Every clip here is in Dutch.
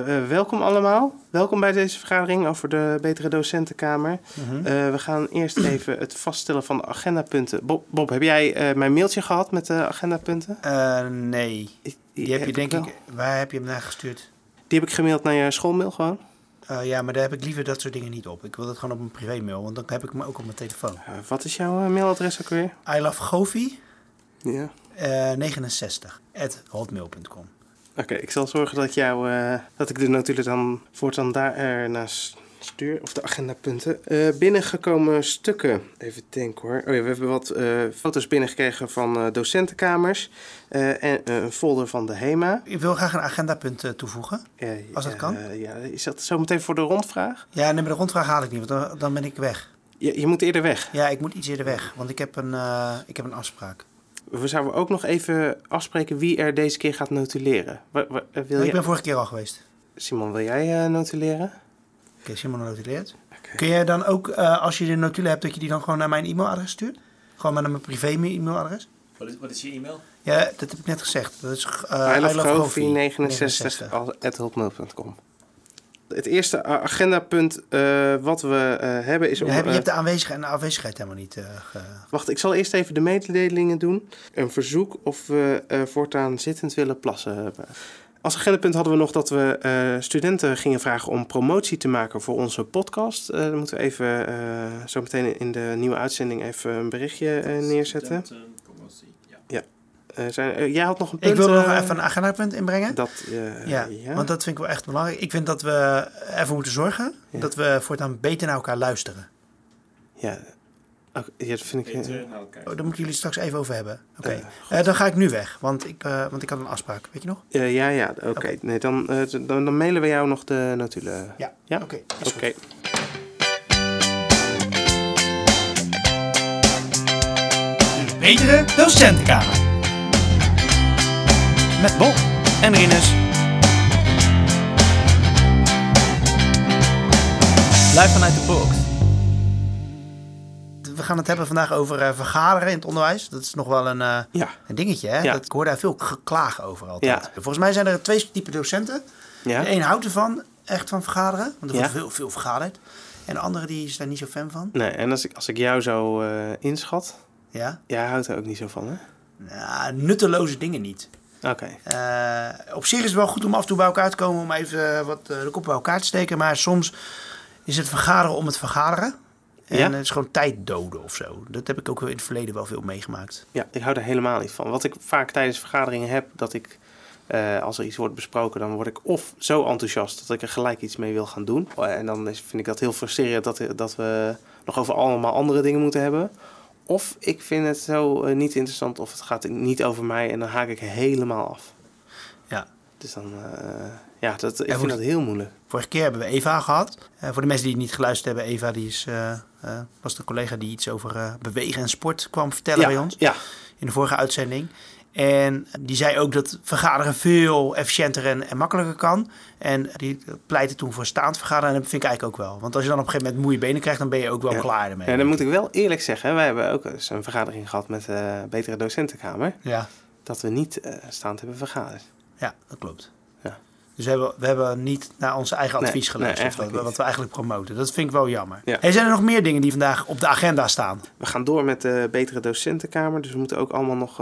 welkom allemaal. Welkom bij deze vergadering over de Betere Docentenkamer. We gaan eerst even het vaststellen van de agendapunten. Bob, heb jij mijn mailtje gehad met de agendapunten? Nee. Die heb je denk ik... Waar heb je hem naar gestuurd? Die heb ik gemaild naar je schoolmail gewoon. Ja, maar daar heb ik liever dat soort dingen niet op. Ik wil dat gewoon op een privémail, want dan heb ik hem ook op mijn telefoon. Wat is jouw mailadres ook weer? ilovegovi 69 @hotmail.com. Oké, ik zal zorgen dat ik de notulen dan voortaan daarnaast stuur. Of de agendapunten. Binnengekomen stukken. Even denken hoor. Oh ja, we hebben wat foto's binnengekregen van docentenkamers. En een folder van de HEMA. Ik wil graag een agendapunt toevoegen, als dat kan. Is dat zo meteen voor de rondvraag? Ja, nee, maar de rondvraag haal ik niet, want dan ben ik weg. Je moet eerder weg? Ja, ik moet iets eerder weg, want ik heb een afspraak. We zouden ook nog even afspreken wie er deze keer gaat notuleren. Ik ben vorige keer al geweest. Simon, wil jij notuleren? Oké, Simon notuleert. Okay. Kun jij dan ook, als je de notulen hebt, dat je die dan gewoon naar mijn e-mailadres stuurt? Gewoon naar mijn privé e-mailadres? Wat is je e-mail? Ja, dat heb ik net gezegd. Dat is ilovegovi69@hotmail.com. Het eerste agendapunt wat we hebben is... Je hebt de afwezigheid helemaal niet... Wacht, ik zal eerst even de mededelingen doen. Een verzoek of we voortaan zittend willen plassen. Als agendapunt hadden we nog dat we studenten gingen vragen om promotie te maken voor onze podcast. Dan moeten we even zo meteen in de nieuwe uitzending even een berichtje neerzetten. Promotie, ja. Jij had nog een punt. Ik wil nog even een agendapunt inbrengen. Ja, want dat vind ik wel echt belangrijk. Ik vind dat we ervoor moeten zorgen dat we voortaan beter naar elkaar luisteren. Ja, dat vind ik... Daar moeten jullie straks even over hebben. Oké. Dan ga ik nu weg, want ik had een afspraak. Weet je nog? Ja. Oké. Nee, dan mailen we jou nog de notulen. Ja? Oké. Oké. De Betere Docentenkamer. Met Bob en Rinus. Live vanuit de box. We gaan het hebben vandaag over vergaderen in het onderwijs. Dat is nog wel een dingetje. Hè? Ja. Ik hoor daar veel geklaag over altijd. Ja. Volgens mij zijn er 2 typen docenten. Ja. De een houdt ervan, echt van vergaderen. Want er wordt veel vergaderd. En de andere die is daar niet zo fan van. Nee, en als ik jou zo inschat... Ja? Jij houdt er ook niet zo van, hè? Nou, nutteloze dingen niet. Oké. Op zich is het wel goed om af en toe bij elkaar te komen. Om even wat de kop bij elkaar te steken. Maar soms is het vergaderen om het vergaderen. En het is gewoon tijd doden of zo. Dat heb ik ook in het verleden wel veel meegemaakt. Ja, ik hou er helemaal niet van. Wat ik vaak tijdens vergaderingen heb, dat ik, als er iets wordt besproken, dan word ik of zo enthousiast dat ik er gelijk iets mee wil gaan doen. En dan vind ik dat heel frustrerend dat we nog over allemaal andere dingen moeten hebben. Of ik vind het zo niet interessant of het gaat niet over mij en dan haak ik helemaal af. Ja. Dus dan, ik vind dat heel moeilijk. Vorige keer hebben we Eva gehad. Voor de mensen die het niet geluisterd hebben, Eva was de collega die iets over bewegen en sport kwam vertellen bij ons. Ja. In de vorige uitzending. En die zei ook dat vergaderen veel efficiënter en makkelijker kan. En die pleitte toen voor staand vergaderen. En dat vind ik eigenlijk ook wel. Want als je dan op een gegeven moment moeie benen krijgt, dan ben je ook wel klaar ermee. Ja, dan moet ik wel eerlijk zeggen. Wij hebben ook eens een vergadering gehad met Betere Docentenkamer. Ja. Dat we niet staand hebben vergaderd. Ja, dat klopt. Ja. Dus we hebben niet naar ons eigen advies geluisterd. Wat we eigenlijk promoten. Dat vind ik wel jammer. Ja. Hey, zijn er nog meer dingen die vandaag op de agenda staan? We gaan door met de Betere Docentenkamer. Dus we moeten ook allemaal nog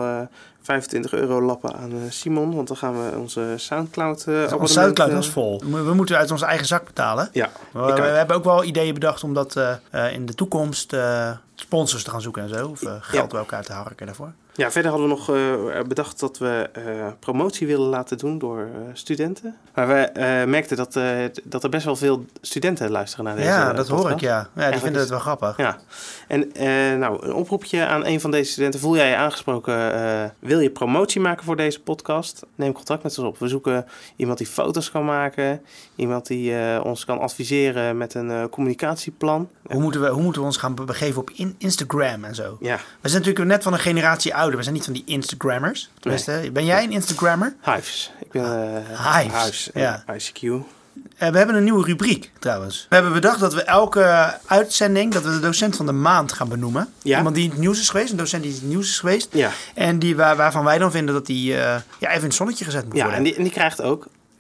€25 lappen aan Simon. Want dan gaan we onze Soundcloud onze Soundcloud is vol. We moeten uit onze eigen zak betalen. Ja. We hebben ook wel ideeën bedacht om dat in de toekomst sponsors te gaan zoeken en zo. Of geld bij elkaar te harken daarvoor. Ja, verder hadden we nog bedacht dat we promotie willen laten doen door studenten. Maar we merkten dat er best wel veel studenten luisteren naar deze podcast. Ja, dat hoor ik, ja. Die vinden het wel grappig. Ja. En een oproepje aan een van deze studenten. Voel jij je aangesproken? Wil je promotie maken voor deze podcast? Neem contact met ons op. We zoeken iemand die foto's kan maken. Iemand die ons kan adviseren met een communicatieplan. Hoe moeten we ons gaan begeven op Instagram en zo? Ja. We zijn natuurlijk net van een generatie ouder. We zijn niet van die Instagrammers. Nee. Ben jij een Instagrammer? Hives. Ik ben Hives. Ja. ICQ. We hebben een nieuwe rubriek trouwens. We hebben bedacht dat we elke uitzending, dat we de docent van de maand gaan benoemen. Ja? Iemand die in het nieuws is geweest, een docent die in het nieuws is geweest. Ja. En waarvan wij dan vinden dat die even in het zonnetje gezet moet worden. En die krijgt ook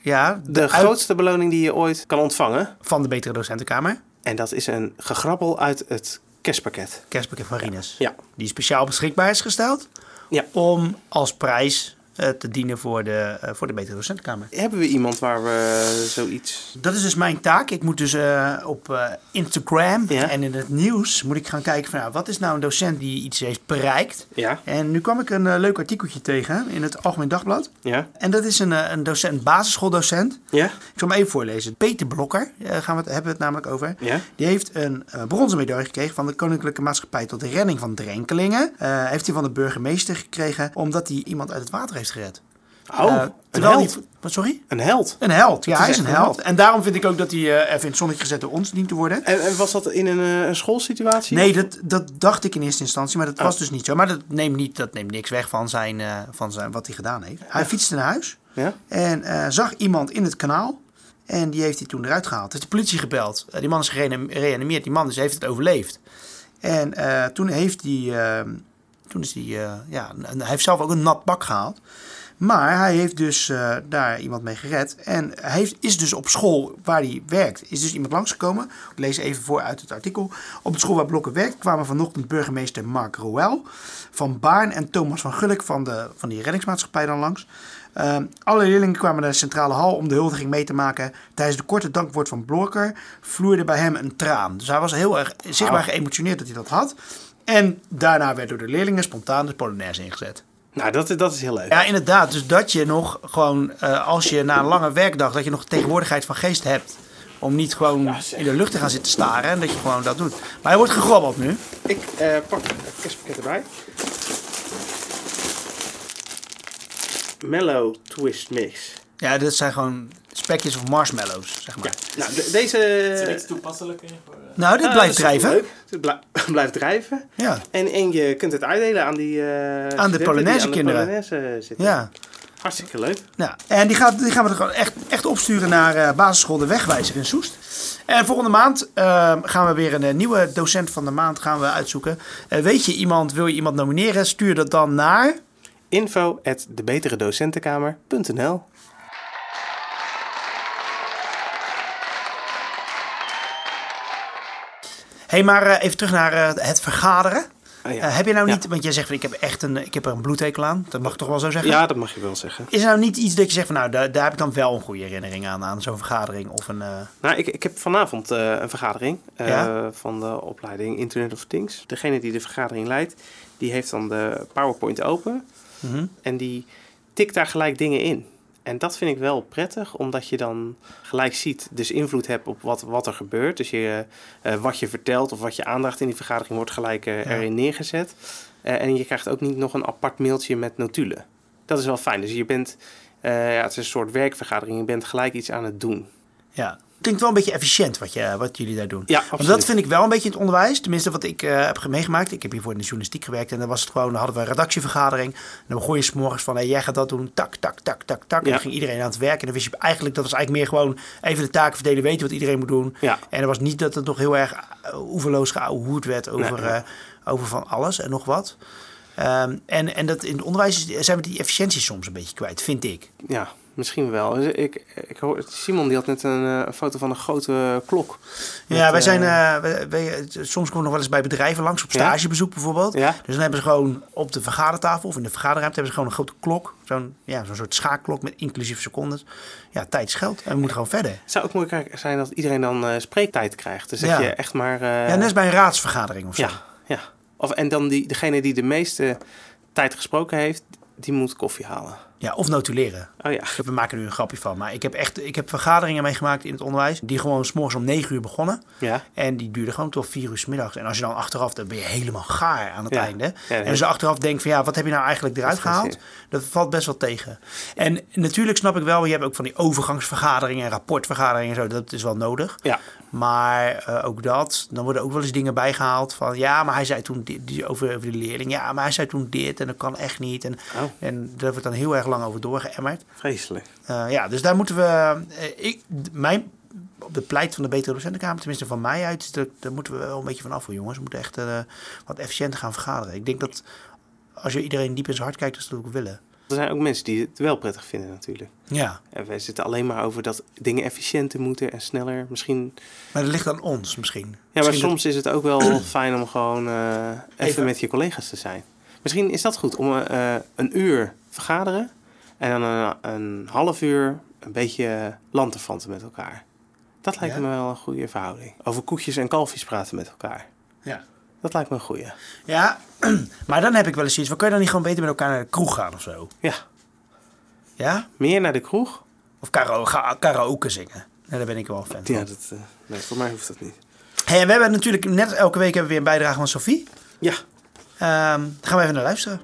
Ja, de grootste beloning die je ooit kan ontvangen. Van de Betere Docentenkamer. En dat is een gegrabbel uit het kerstpakket. Kerstpakket van Rinus. Ja. Die speciaal beschikbaar is gesteld. Ja. Om als prijs te dienen voor de Betere Docentenkamer. Hebben we iemand waar we zoiets... Dat is dus mijn taak. Ik moet dus op Instagram en in het nieuws moet ik gaan kijken van wat is nou een docent die iets heeft bereikt. Ja. En nu kwam ik een leuk artikeltje tegen in het Algemeen Dagblad. Ja. En dat is een docent, basisschooldocent. Ja. Ik zal hem even voorlezen. Peter Blokker, hebben we het namelijk over. Ja. Die heeft een bronzen medaille gekregen van de Koninklijke Maatschappij tot de Redding van Drenkelingen. Heeft hij van de burgemeester gekregen omdat hij iemand uit het water heeft gered. Een held. Sorry? Een held. Een held, ja, hij is een held. En daarom vind ik ook dat hij even in het zonnetje gezet door ons dient te worden. En was dat in een schoolsituatie? Nee, dat dacht ik in eerste instantie, maar dat was dus niet zo. Maar dat neemt niks weg van zijn wat hij gedaan heeft. Hij fietste naar huis en zag iemand in het kanaal. En die heeft hij toen eruit gehaald. Heeft de politie gebeld. Die man is gereanimeerd. Die man heeft het overleefd. En toen heeft hij... hij heeft zelf ook een nat pak gehaald. Maar hij heeft dus daar iemand mee gered. En hij is dus op school waar hij werkt. Is dus iemand langsgekomen. Ik lees even voor uit het artikel. Op de school waar Blokker werkt kwamen vanochtend burgemeester Mark Roel van Baarn en Thomas van Gulik van die reddingsmaatschappij dan langs. Alle leerlingen kwamen naar de centrale hal om de huldiging mee te maken. Tijdens de korte dankwoord van Blokker vloeide bij hem een traan. Dus hij was heel erg zichtbaar geëmotioneerd dat hij dat had. En daarna werd door de leerlingen spontaan de Polonaise ingezet. Nou, dat is heel leuk. Ja, inderdaad. Dus dat je nog gewoon, als je na een lange werkdag, dat je nog tegenwoordigheid van geest hebt. Om niet gewoon in de lucht te gaan zitten staren. En dat je gewoon dat doet. Maar hij wordt gegrabbeld nu. Ik pak het kerstpakket erbij. Mellow Twist Mix. Ja, dat zijn gewoon spekjes of marshmallows, zeg maar. Ja, nou, deze... Is er iets toepasselijk in? Nou, dit blijft drijven. Leuk. Het blijft drijven. Ja. En je kunt het uitdelen aan die... aan de Polonaise kinderen. Zitten. Ja. Hartstikke leuk. Ja. En die gaan we er gewoon echt opsturen naar basisschool De Wegwijzer in Soest. En volgende maand gaan we weer een nieuwe docent van de maand gaan we uitzoeken. Wil je iemand nomineren? Stuur dat dan naar... info@debeteredocentenkamer.nl. Hey, maar even terug naar het vergaderen. Oh ja. Heb je nou niet, want jij zegt van ik heb er een bloedhekel aan. Dat mag ik toch wel zo zeggen? Ja, dat mag je wel zeggen. Is er nou niet iets dat je zegt van nou, daar heb ik dan wel een goede herinnering aan zo'n vergadering of een... Nou, ik heb vanavond een vergadering van de opleiding Internet of Things. Degene die de vergadering leidt, die heeft dan de PowerPoint open en die tikt daar gelijk dingen in. En dat vind ik wel prettig, omdat je dan gelijk ziet, dus invloed hebt op wat er gebeurt. Dus wat je vertelt of wat je aandacht in die vergadering wordt gelijk erin neergezet. En je krijgt ook niet nog een apart mailtje met notulen. Dat is wel fijn. Dus je bent, het is een soort werkvergadering, je bent gelijk iets aan het doen. Ja. Klinkt wel een beetje efficiënt wat jullie daar doen. Ja, absoluut. Want dat vind ik wel een beetje in het onderwijs. Tenminste, wat ik heb meegemaakt. Ik heb hiervoor in de journalistiek gewerkt. En dan was het gewoon, dan hadden we een redactievergadering. En dan begon je 's morgens van, hey, jij gaat dat doen. Tak, tak, tak, tak, tak. En dan ging iedereen aan het werk. En dan wist je eigenlijk, dat was eigenlijk meer gewoon even de taken verdelen. Weten wat iedereen moet doen. Ja. En er was niet dat het nog heel erg oeverloos geouwehoerd werd over van alles en nog wat. En dat in het onderwijs zijn we die efficiëntie soms een beetje kwijt, vind ik. Ja, misschien wel. Ik hoor, Simon die had net een foto van een grote klok. Ja, wij zijn soms komen we nog wel eens bij bedrijven langs op stagebezoek bijvoorbeeld. Ja? Dus dan hebben ze gewoon op de vergadertafel of in de vergaderruimte hebben ze gewoon een grote klok. Zo'n soort schaakklok met inclusief secondes. Ja, tijd is geld en we moeten gewoon verder. Het zou ook mooi zijn dat iedereen dan spreektijd krijgt. Dus dat je echt maar... Ja, net als bij een raadsvergadering of zo. Ja. En dan degene die de meeste tijd gesproken heeft, die moet koffie halen. Ja, of notuleren. Oh ja. We maken nu een grapje van. Maar ik heb vergaderingen meegemaakt in het onderwijs. Die gewoon 's morgens om 9 uur begonnen. Ja. En die duurden gewoon tot 4 uur 's middags. En als je dan achteraf, dan ben je helemaal gaar aan het einde. Ja, en als je achteraf denkt van wat heb je nou eigenlijk eruit gehaald? Dat valt best wel tegen. En natuurlijk snap ik wel, je hebt ook van die overgangsvergaderingen en rapportvergaderingen en zo. Dat is wel nodig. Ja. Maar ook dat, dan worden ook wel eens dingen bijgehaald van maar hij zei toen dit over de leerling. Ja, maar hij zei toen dit en dat kan echt niet. En daar wordt dan heel erg lang over doorgeëmmerd. Vreselijk. Dus daar moeten we... op de pleit van de Betere Docentenkamer, tenminste van mij uit, daar moeten we wel een beetje van af, jongens. We moeten echt wat efficiënter gaan vergaderen. Ik denk dat als je iedereen diep in zijn hart kijkt, dat ze dat ook willen. Er zijn ook mensen die het wel prettig vinden natuurlijk. Ja. En wij zitten alleen maar over dat dingen efficiënter moeten en sneller. Misschien... Maar dat ligt aan ons misschien. Ja, maar soms is het ook wel fijn om gewoon even met je collega's te zijn. Misschien is dat goed om een uur vergaderen en dan een half uur een beetje lanterfanten met elkaar. Dat lijkt me wel een goede verhouding. Over koetjes en kalfjes praten met elkaar. Ja. Dat lijkt me een goeie. Ja, maar dan heb ik wel eens iets. Kun je dan niet gewoon beter met elkaar naar de kroeg gaan of zo? Ja. Ja? Meer naar de kroeg? Of karaoke zingen. Ja, daar ben ik wel een fan van. Ja, nee, voor mij hoeft dat niet. Hey, en we hebben natuurlijk net elke week weer een bijdrage van Sophie. Ja. Daar gaan we even naar luisteren.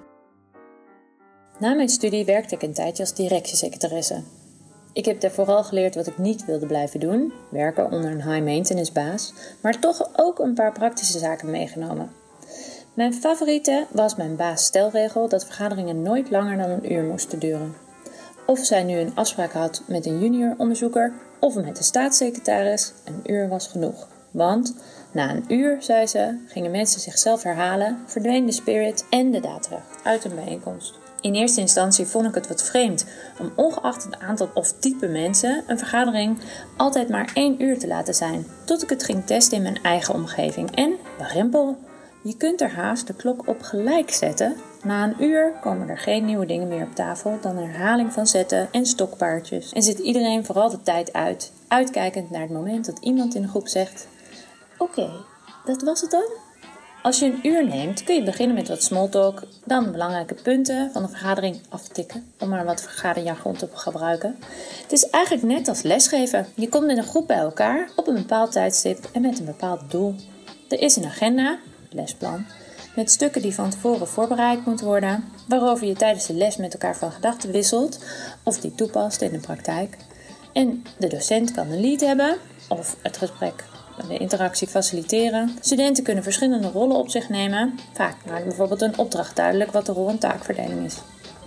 Na mijn studie werkte ik een tijdje als directiesecretaresse. Ik heb daar vooral geleerd wat ik niet wilde blijven doen, werken onder een high-maintenance baas, maar toch ook een paar praktische zaken meegenomen. Mijn favoriete was mijn baas' stelregel dat vergaderingen nooit langer dan een uur moesten duren. Of zij nu een afspraak had met een junior onderzoeker of met de staatssecretaris, een uur was genoeg. Want na een uur, zei ze, gingen mensen zichzelf herhalen, verdween de spirit en de daadkracht uit een bijeenkomst. In eerste instantie vond ik het wat vreemd om ongeacht het aantal of type mensen een vergadering altijd maar 1 uur te laten zijn. Tot ik het ging testen in mijn eigen omgeving. En, warempel, je kunt er haast de klok op gelijk zetten. Na een uur komen er geen nieuwe dingen meer op tafel dan een herhaling van zetten en stokpaardjes. En zit iedereen vooral de tijd uit, uitkijkend naar het moment dat iemand in de groep zegt: Oké, dat was het dan? Als je een uur neemt, kun je beginnen met wat smalltalk, dan belangrijke punten van de vergadering aftikken, om maar wat vergaderjargon te gebruiken. Het is eigenlijk net als lesgeven. Je komt met een groep bij elkaar op een bepaald tijdstip en met een bepaald doel. Er is een agenda, lesplan, met stukken die van tevoren voorbereid moeten worden, waarover je tijdens de les met elkaar van gedachten wisselt of die toepast in de praktijk. En de docent kan een lead hebben of het gesprek, de interactie faciliteren. Studenten kunnen verschillende rollen op zich nemen. Vaak maakt bijvoorbeeld een opdracht duidelijk wat de rol- en taakverdeling is.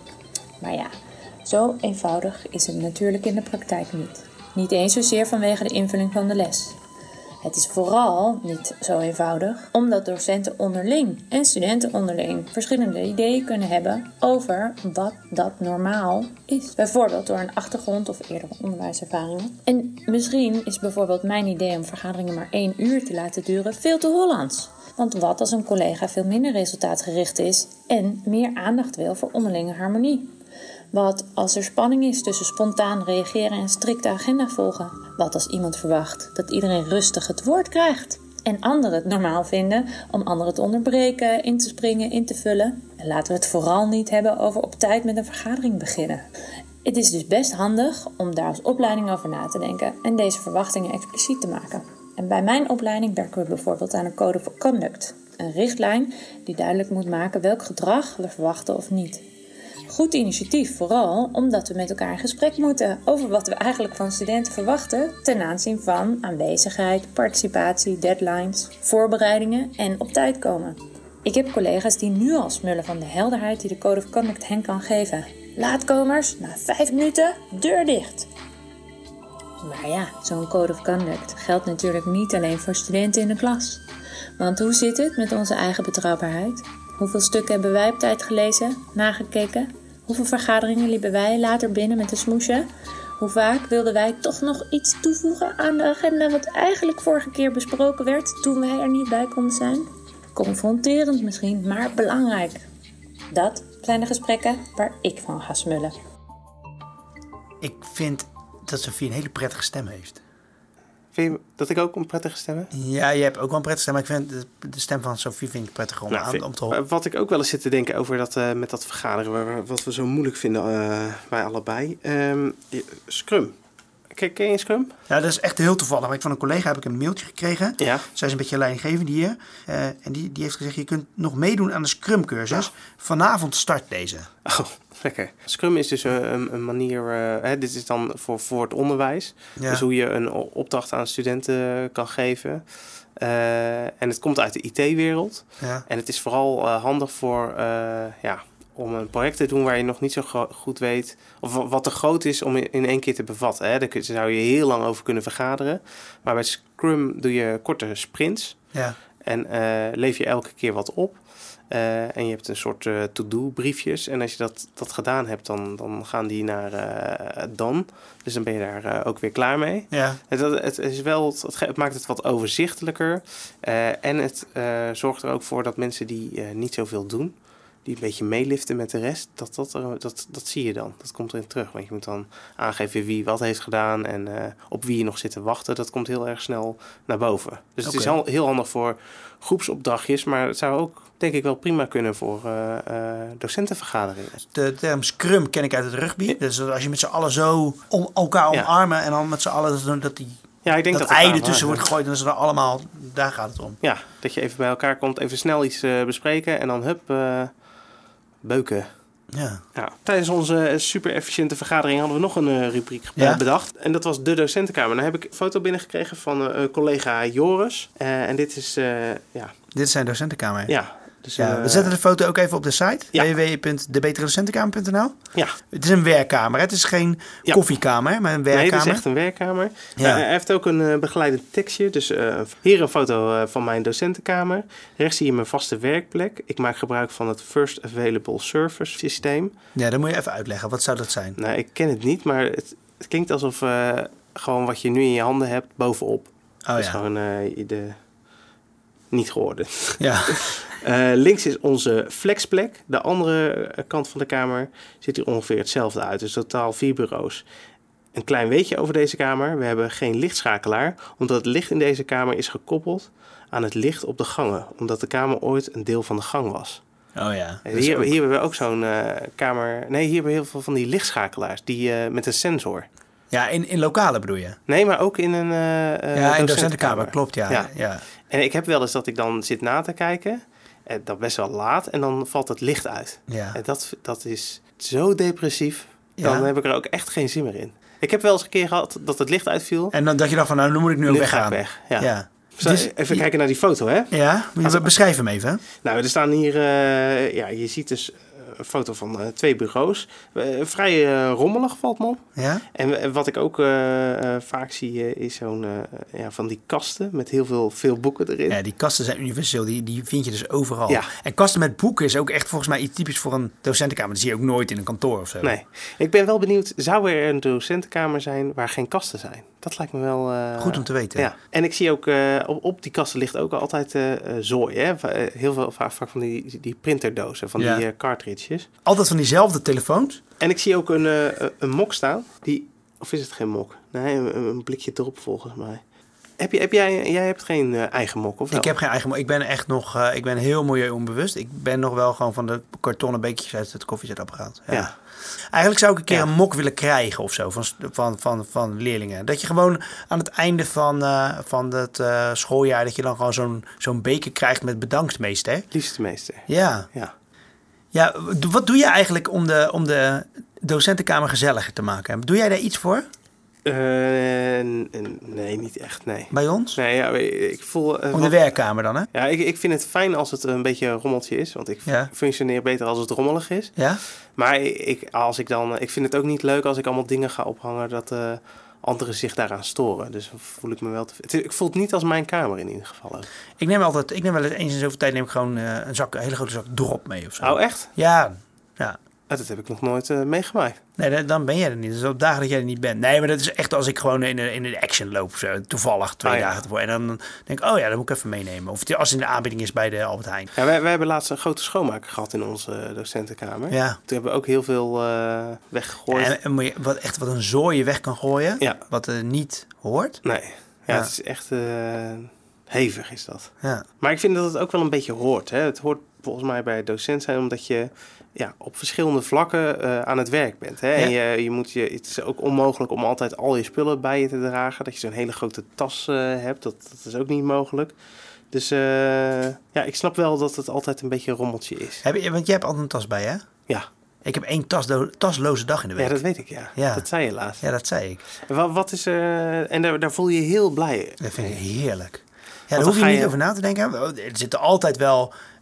Maar ja, zo eenvoudig is het natuurlijk in de praktijk niet. Niet eens zozeer vanwege de invulling van de les. Het is vooral niet zo eenvoudig, omdat docenten onderling en studenten onderling verschillende ideeën kunnen hebben over wat dat normaal is. Bijvoorbeeld door een achtergrond of eerdere onderwijservaringen. En misschien is bijvoorbeeld mijn idee om vergaderingen maar 1 uur te laten duren veel te Hollands. Want wat als een collega veel minder resultaatgericht is en meer aandacht wil voor onderlinge harmonie? Wat als er spanning is tussen spontaan reageren en strikte agenda volgen? Wat als iemand verwacht dat iedereen rustig het woord krijgt? En anderen het normaal vinden om anderen te onderbreken, in te springen, in te vullen? En laten we het vooral niet hebben over op tijd met een vergadering beginnen. Het is dus best handig om daar als opleiding over na te denken en deze verwachtingen expliciet te maken. En bij mijn opleiding werken we bijvoorbeeld aan een Code of Conduct. Een richtlijn die duidelijk moet maken welk gedrag we verwachten of niet. Goed initiatief, vooral omdat we met elkaar in gesprek moeten over wat we eigenlijk van studenten verwachten ten aanzien van aanwezigheid, participatie, deadlines, voorbereidingen en op tijd komen. Ik heb collega's die nu al smullen van de helderheid die de Code of Conduct hen kan geven. Laatkomers, na 5 minuten, deur dicht. Maar ja, zo'n Code of Conduct geldt natuurlijk niet alleen voor studenten in de klas. Want hoe zit het met onze eigen betrouwbaarheid? Hoeveel stukken hebben wij op tijd gelezen, nagekeken? Hoeveel vergaderingen liepen wij later binnen met een smoesje? Hoe vaak wilden wij toch nog iets toevoegen aan de agenda wat eigenlijk vorige keer besproken werd toen wij er niet bij konden zijn? Confronterend misschien, maar belangrijk. Dat zijn de gesprekken waar ik van ga smullen. Ik vind dat Sophie een hele prettige stem heeft. Vind je dat ik ook een prettige stem heb? Ja, je hebt ook wel een prettige stem, maar ik vind de stem van Sophie vind ik prettig om te horen. Wat ik ook wel eens zit te denken over dat met dat vergaderen, wat we zo moeilijk vinden wij allebei. Scrum. Ken je Scrum? Ja, dat is echt heel toevallig. Van een collega heb ik een mailtje gekregen. Ja. Zij is een beetje leidinggevende hier. En die heeft gezegd, je kunt nog meedoen aan de Scrum-cursus. Ja. Vanavond start deze. Oh, lekker. Scrum is dus een manier... dit is dan voor het onderwijs. Ja. Dus hoe je een opdracht aan studenten kan geven. En het komt uit de IT-wereld. Ja. En het is vooral handig voor... om een project te doen waar je nog niet zo goed weet... of wat te groot is om in 1 keer te bevatten. Hè. Daar zou je heel lang over kunnen vergaderen. Maar bij Scrum doe je korte sprints. Ja. En leef je elke keer wat op. En je hebt een soort to-do briefjes. En als je dat gedaan hebt, dan gaan die naar Dan. Dus dan ben je daar ook weer klaar mee. Ja. Het maakt het wat overzichtelijker. En het zorgt er ook voor dat mensen die niet zoveel doen, die een beetje meeliften met de rest, dat zie je dan. Dat komt erin terug. Want je moet dan aangeven wie wat heeft gedaan en op wie je nog zit te wachten. Dat komt heel erg snel naar boven. Dus Het is heel handig voor groepsopdrachtjes, maar het zou ook, denk ik, wel prima kunnen voor docentenvergaderingen. De term scrum ken ik uit het rugby. Dus als je met z'n allen zo elkaar omarmen en dan met z'n allen dat die... Ja, ik denk dat ei ertussen wordt gegooid en dan is er allemaal... Daar gaat het om. Ja, dat je even bij elkaar komt, even snel iets bespreken en dan beuken. Ja. Tijdens onze super efficiënte vergadering hadden we nog een rubriek bedacht. En dat was de docentenkamer. Dan heb ik een foto binnengekregen van collega Joris. En dit is... Dit is zijn docentenkamer. Ja. Dus, we zetten de foto ook even op de site. www.debeteredocentenkamer.nl. Ja. Het is een werkkamer. Het is geen koffiekamer, maar een werkkamer. Nee, het is echt een werkkamer. Ja. Hij heeft ook een begeleidend tekstje. Dus hier een foto van mijn docentenkamer. Rechts zie je mijn vaste werkplek. Ik maak gebruik van het First Available Service systeem. Ja, dan moet je even uitleggen. Wat zou dat zijn? Nou, ik ken het niet, maar het klinkt alsof gewoon wat je nu in je handen hebt bovenop. Oh, dus gewoon niet geordend. Ja. Links is onze flexplek. De andere kant van de kamer ziet er ongeveer hetzelfde uit. Dus totaal 4 bureaus. Een klein weetje over deze kamer. We hebben geen lichtschakelaar, omdat het licht in deze kamer is gekoppeld aan het licht op de gangen. Omdat de kamer ooit een deel van de gang was. Oh ja. Hier hebben we ook zo'n kamer... Nee, hier hebben we heel veel van die lichtschakelaars met een sensor. Ja, in lokalen bedoel je? Nee, maar ook in een in docentenkamer, klopt, ja. En ik heb wel eens dat ik dan zit na te kijken, dat best wel laat, en dan valt het licht uit. Ja. En dat is zo depressief, dan heb ik er ook echt geen zin meer in. Ik heb wel eens een keer gehad dat het licht uitviel. En dan dacht je van, nou, dan moet ik nu ook weggaan. Ga ik weg, ja. Even kijken naar die foto, hè? Ja, beschrijf hem even. Nou, er staan hier, je ziet dus een foto van 2 bureaus. Vrij rommelig valt me op. Ja? En wat ik ook vaak zie is zo'n van die kasten met heel veel boeken erin. Ja, die kasten zijn universeel. Die vind je dus overal. Ja. En kasten met boeken is ook echt volgens mij iets typisch voor een docentenkamer. Dat zie je ook nooit in een kantoor of zo. Nee. Ik ben wel benieuwd, zou er een docentenkamer zijn waar geen kasten zijn? Dat lijkt me wel... goed om te weten. Ja. En ik zie ook, op die kasten ligt ook altijd zooi. Hè? Heel veel vaak van die printerdozen, van die cartridges. Altijd van diezelfde telefoons? En ik zie ook een mok staan. Of is het geen mok? Nee, een blikje drop volgens mij. Jij hebt geen eigen mok, of wel? Ik heb geen eigen mok. Ik ben echt nog... ik ben heel milieuonbewust. Ik ben nog wel gewoon van de kartonnen bekertjes uit het koffiezetapparaat. Ja. Eigenlijk zou ik een keer een mok willen krijgen of zo van leerlingen. Dat je gewoon aan het einde van het schooljaar, dat je dan gewoon zo'n beker krijgt met bedankt meester. Liefste meester. Ja. Ja, wat doe je eigenlijk om de docentenkamer gezelliger te maken? Doe jij daar iets voor? Nee, niet echt, nee. Bij ons? Nee, ja, ik voel... Om de werkkamer dan, hè? Ja, ik vind het fijn als het een beetje een rommeltje is. Want ik functioneer beter als het rommelig is. Ja? Maar ik vind het ook niet leuk als ik allemaal dingen ga ophangen dat anderen zich daaraan storen. Dus dan voel ik me wel... Ik voel het niet als mijn kamer in ieder geval ook. Ik neem wel eens in zoveel tijd gewoon een hele grote zak drop mee of zo. Oh, echt? Ja. Dat heb ik nog nooit meegemaakt. Nee, dan ben jij er niet. Dus op dagen dat jij er niet bent. Nee, maar dat is echt als ik gewoon in de Action loop of zo. Toevallig 2 dagen ervoor. En dan denk ik, dat moet ik even meenemen. Of als het in de aanbieding is bij de Albert Heijn. Ja, wij hebben laatst een grote schoonmaker gehad in onze docentenkamer. Ja. Toen hebben we ook heel veel weggegooid. En wat een zooi je weg kan gooien. Ja. Wat niet hoort. Nee. Ja, het is echt hevig is dat. Ja. Maar ik vind dat het ook wel een beetje hoort. Hè? Het hoort volgens mij bij docent zijn, omdat je op verschillende vlakken aan het werk bent. Hè? Ja. En het is ook onmogelijk om altijd al je spullen bij je te dragen. Dat je zo'n hele grote tas hebt, dat is ook niet mogelijk. Dus ik snap wel dat het altijd een beetje een rommeltje is. Want jij hebt altijd een tas bij, hè? Ja. Ik heb 1 tasloze dag in de week. Ja, dat weet ik, ja. Dat zei je laatst. Ja, dat zei ik. Wat is en daar voel je je heel blij. Dat vind ik heerlijk. Ja, daar hoef je niet over na te denken. Er zitten altijd wel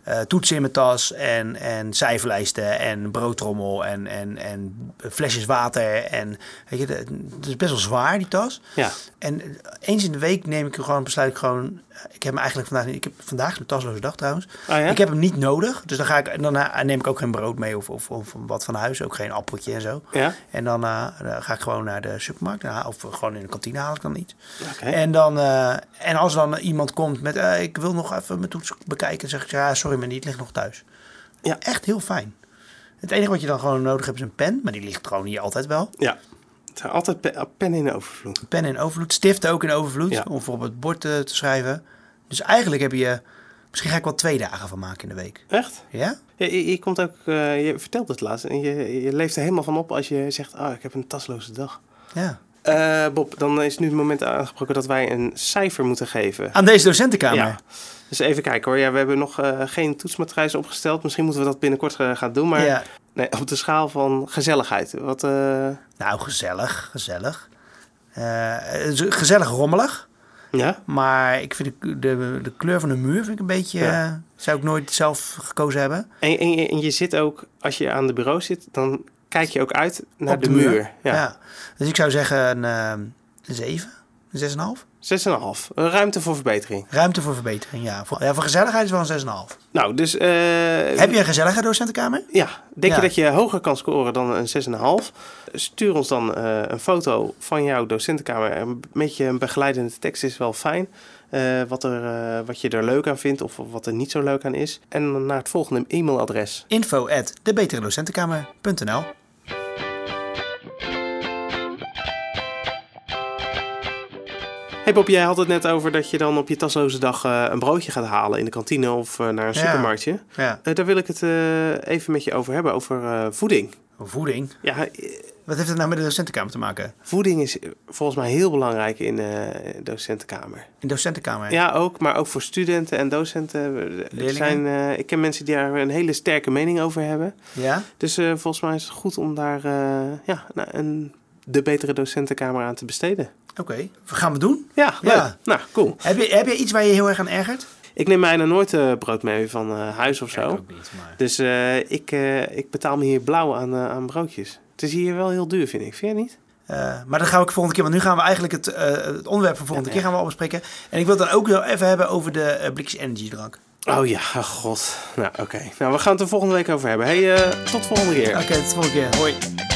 toetsen in mijn tas en cijferlijsten en broodtrommel en flesjes water. En weet je, het is best wel zwaar, die tas. Ja. En eens in de week besluit ik gewoon... Ik heb vandaag een tasloze dag trouwens. Oh, ja? Ik heb hem niet nodig. Dus dan neem ik ook geen brood mee of wat van huis. Ook geen appeltje en zo. Ja? En dan ga ik gewoon naar de supermarkt. Of gewoon in de kantine haal ik dan iets. Okay. En als dan iemand komt met... ik wil nog even mijn toets bekijken. Dan zeg ik, ja, sorry, maar die ligt nog thuis. Ja. Echt heel fijn. Het enige wat je dan gewoon nodig hebt is een pen. Maar die ligt gewoon hier altijd wel. Ja. Het zijn altijd pen in overvloed. Pen in overvloed. Stiften ook in overvloed. Ja. Om voor op het bord te schrijven. Dus eigenlijk heb je... Misschien ga ik wel 2 dagen van maken in de week. Echt? Ja? Je komt ook... je vertelt het laatst. En je leeft er helemaal van op als je zegt... ik heb een tasloze dag. Ja. Bob, dan is nu het moment aangebroken dat wij een cijfer moeten geven. Aan deze docentenkamer? Ja. Dus even kijken hoor. Ja, we hebben nog geen toetsmatrice opgesteld. Misschien moeten we dat binnenkort gaan doen. Maar ja. Nee, op de schaal van gezelligheid. Wat, Nou, gezellig. Gezellig rommelig. Ja? Maar ik vind de kleur van de muur vind ik een beetje... Ja. Zou ik nooit zelf gekozen hebben. En je zit ook, als je aan de bureau zit, dan kijk je ook uit naar de muur. Ja. Dus ik zou zeggen een 7, een 6,5. 6,5. Ruimte voor verbetering. Ruimte voor verbetering, ja. Voor gezelligheid is wel een 6,5. Nou, dus... Heb je een gezellige docentenkamer? Ja. Denk je dat je hoger kan scoren dan een 6,5? Stuur ons dan een foto van jouw docentenkamer. Een beetje een begeleidende tekst is wel fijn. Wat je er leuk aan vindt of wat er niet zo leuk aan is. En naar het volgende e-mailadres. info@debeteredocentenkamer.nl. Hey Bob, jij had het net over dat je dan op je tasloze dag een broodje gaat halen in de kantine of naar een supermarktje. Ja. Daar wil ik het even met je over hebben, over voeding. Voeding? Ja. Wat heeft het nou met de docentenkamer te maken? Voeding is volgens mij heel belangrijk in de docentenkamer. In de docentenkamer? Ja, ook, maar ook voor studenten en docenten. Ik ken mensen die daar een hele sterke mening over hebben. Ja? Dus volgens mij is het goed om daar de betere docentenkamer aan te besteden. Oké, gaan we doen? Ja, leuk. Nou, cool. Heb je iets waar je heel erg aan ergert? Ik neem bijna nooit brood mee van huis of zo. Ik ook niet, maar... Dus ik betaal me hier blauw aan broodjes. Het is hier wel heel duur, vind ik. Vind je niet? Maar dat gaan we volgende keer. Want nu gaan we eigenlijk het onderwerp van volgende keer gaan we al bespreken. En ik wil het dan ook wel even hebben over de blikjes energiedrank. Oh ja, god. Nou, oké. Nou, we gaan het er volgende week over hebben. Hey, tot volgende keer. Oké, tot volgende keer. Hoi.